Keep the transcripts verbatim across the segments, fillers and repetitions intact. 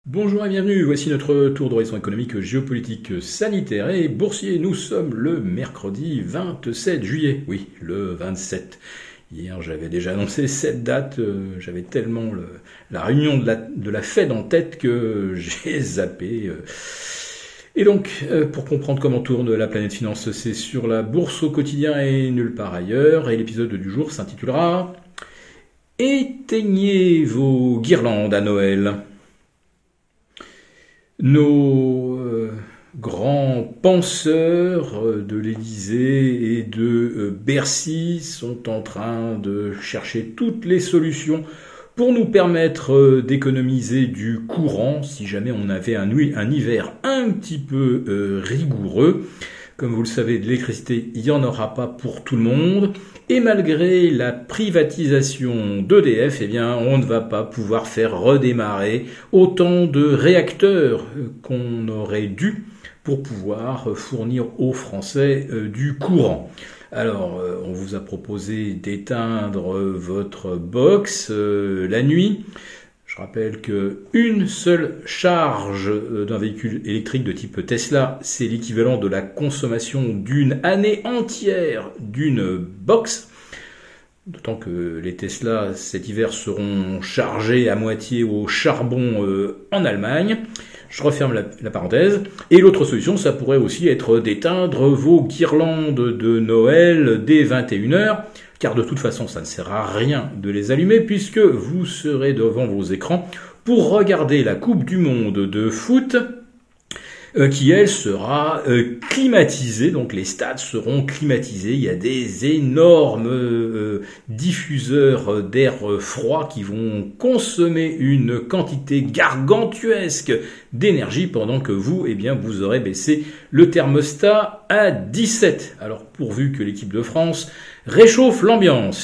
Bonjour et bienvenue, voici notre tour d'horizon économique, géopolitique, sanitaire et boursier. Nous sommes le mercredi vingt-sept juillet, oui, le vingt-sept. Hier j'avais déjà annoncé cette date, euh, j'avais tellement le, la réunion de la, de la Fed en tête que j'ai zappé. Euh. Et donc, euh, pour comprendre comment tourne la planète finance, c'est sur la bourse au quotidien et nulle part ailleurs. Et l'épisode du jour s'intitulera « Éteignez vos guirlandes à Noël ». Nos euh, grands penseurs de l'Élysée et de euh, Bercy sont en train de chercher toutes les solutions pour nous permettre euh, d'économiser du courant si jamais on avait un, un hiver un petit peu euh, rigoureux. Comme vous le savez, de l'électricité, il n'y en aura pas pour tout le monde. Et malgré la privatisation d'E D F, eh bien, on ne va pas pouvoir faire redémarrer autant de réacteurs qu'on aurait dû pour pouvoir fournir aux Français du courant. Alors, on vous a proposé d'éteindre votre box la nuit. Je rappelle qu'une seule charge d'un véhicule électrique de type Tesla, c'est l'équivalent de la consommation d'une année entière d'une box. D'autant que les Tesla cet hiver seront chargés à moitié au charbon euh, en Allemagne. Je referme la, la parenthèse. Et l'autre solution, ça pourrait aussi être d'éteindre vos guirlandes de Noël dès vingt et une heures. Car de toute façon, ça ne sert à rien de les allumer puisque vous serez devant vos écrans pour regarder la Coupe du Monde de foot euh, qui, elle, sera euh, climatisée. Donc les stades seront climatisés. Il y a des énormes euh, diffuseurs d'air froid qui vont consommer une quantité gargantuesque d'énergie pendant que vous, eh bien, vous aurez baissé le thermostat à dix-sept. Alors pourvu que l'équipe de France réchauffe l'ambiance.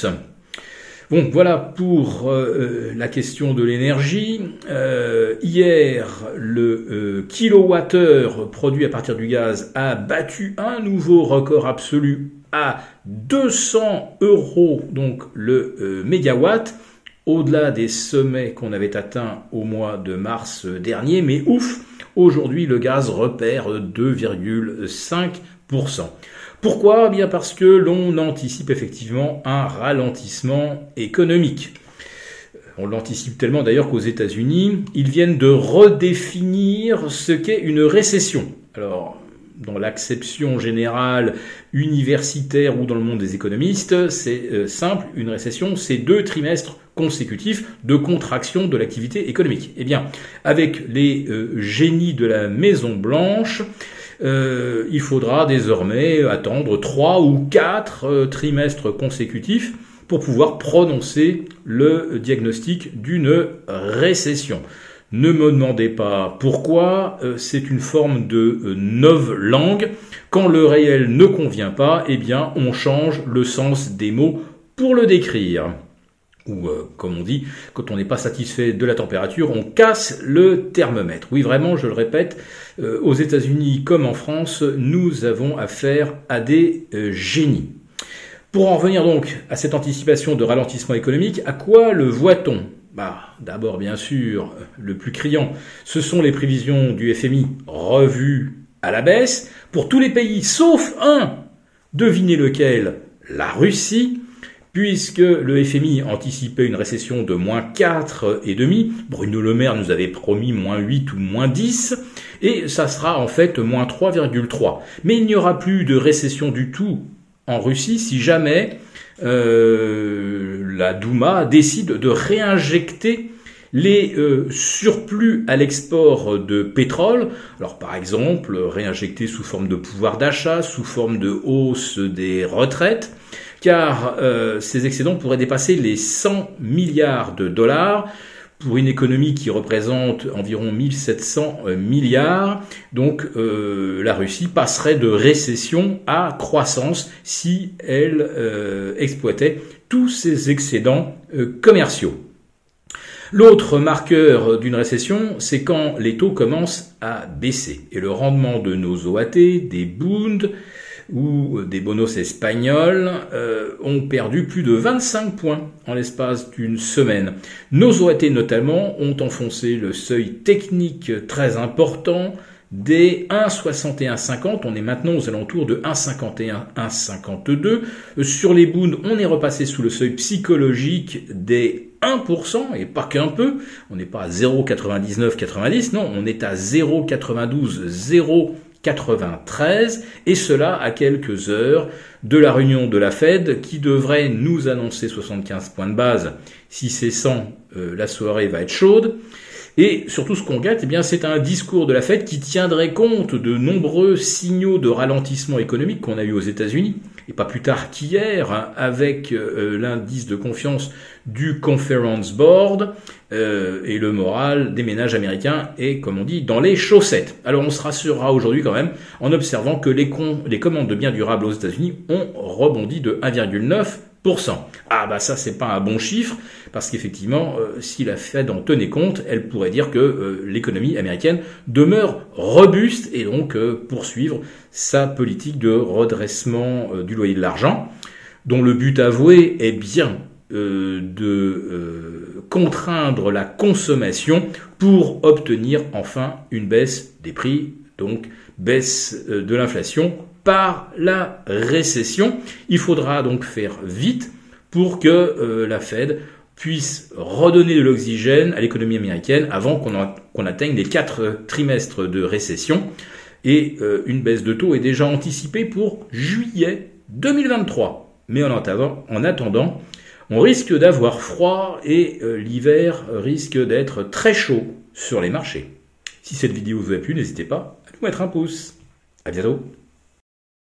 Bon, voilà pour euh, la question de l'énergie. Euh, hier, le euh, kilowattheure produit à partir du gaz a battu un nouveau record absolu à deux cents euros, donc le euh, mégawatt, au-delà des sommets qu'on avait atteints au mois de mars dernier. Mais ouf, aujourd'hui, le gaz repère deux virgule cinq pour cent. Pourquoi ? Bien parce que l'on anticipe effectivement un ralentissement économique. On l'anticipe tellement d'ailleurs qu'aux États-Unis, ils viennent de redéfinir ce qu'est une récession. Alors, dans l'acception générale universitaire ou dans le monde des économistes, c'est euh, simple, une récession, c'est deux trimestres consécutifs de contraction de l'activité économique. Eh bien, avec les euh, génies de la Maison-Blanche, Euh, il faudra désormais attendre trois ou quatre euh, trimestres consécutifs pour pouvoir prononcer le diagnostic d'une récession. Ne me demandez pas pourquoi, euh, c'est une forme de euh, novlangue. Quand le réel ne convient pas, eh bien on change le sens des mots pour le décrire. Ou, euh, comme on dit, quand on n'est pas satisfait de la température, on casse le thermomètre. Oui, vraiment, je le répète, euh, aux États-Unis comme en France, nous avons affaire à des euh, génies. Pour en revenir donc à cette anticipation de ralentissement économique, à quoi le voit-on ? Bah, d'abord, bien sûr, le plus criant, ce sont les prévisions du F M I revues à la baisse pour tous les pays, sauf un. Devinez lequel ? La Russie. Puisque le F M I anticipait une récession de moins quatre virgule cinq, Bruno Le Maire nous avait promis moins huit ou moins dix, et ça sera en fait moins trois virgule trois. Mais il n'y aura plus de récession du tout en Russie si jamais euh, la Douma décide de réinjecter les euh, surplus à l'export de pétrole. Alors par exemple, réinjecter sous forme de pouvoir d'achat, sous forme de hausse des retraites, car euh, ces excédents pourraient dépasser les cent milliards de dollars pour une économie qui représente environ mille sept cents milliards. Donc euh, la Russie passerait de récession à croissance si elle euh, exploitait tous ses excédents euh, commerciaux. L'autre marqueur d'une récession, c'est quand les taux commencent à baisser. Et le rendement de nos O A T, des Bund, ou des bonos espagnols euh, ont perdu plus de vingt-cinq points en l'espace d'une semaine. Nos O A T notamment ont enfoncé le seuil technique très important des un virgule soixante et un cinquante, on est maintenant aux alentours de un virgule cinquante et un, un virgule cinquante-deux. Sur les Bunds, on est repassé sous le seuil psychologique des un pour cent, et pas qu'un peu. On n'est pas à zéro virgule quatre-vingt-dix-neuf quatre-vingt-dix, non, on est à zéro virgule quatre-vingt-douze zéro virgule quatre-vingt-treize, et cela à quelques heures de la réunion de la Fed qui devrait nous annoncer soixante-quinze points de base. Si c'est cent, euh, la soirée va être chaude. Et surtout, ce qu'on gâte, eh bien, c'est un discours de la Fed qui tiendrait compte de nombreux signaux de ralentissement économique qu'on a eu aux États-Unis, et pas plus tard qu'hier, hein, avec euh, l'indice de confiance du Conference Board, euh, et le moral des ménages américains est, comme on dit, dans les chaussettes. Alors, on se rassurera aujourd'hui quand même en observant que les, com- les commandes de biens durables aux États-Unis ont rebondi de un virgule neuf pour cent. Ah bah ça c'est pas un bon chiffre, parce qu'effectivement euh, si la Fed en tenait compte, elle pourrait dire que euh, l'économie américaine demeure robuste et donc euh, poursuivre sa politique de redressement euh, du loyer de l'argent, dont le but avoué est bien euh, de euh, contraindre la consommation pour obtenir enfin une baisse des prix, donc baisse euh, de l'inflation par la récession. Il faudra donc faire vite pour que euh, la Fed puisse redonner de l'oxygène à l'économie américaine avant qu'on, a, qu'on atteigne les quatre trimestres de récession. Et euh, une baisse de taux est déjà anticipée pour juillet deux mille vingt-trois. Mais en attendant, en attendant on risque d'avoir froid et euh, l'hiver risque d'être très chaud sur les marchés. Si cette vidéo vous a plu, n'hésitez pas à nous mettre un pouce. À bientôt.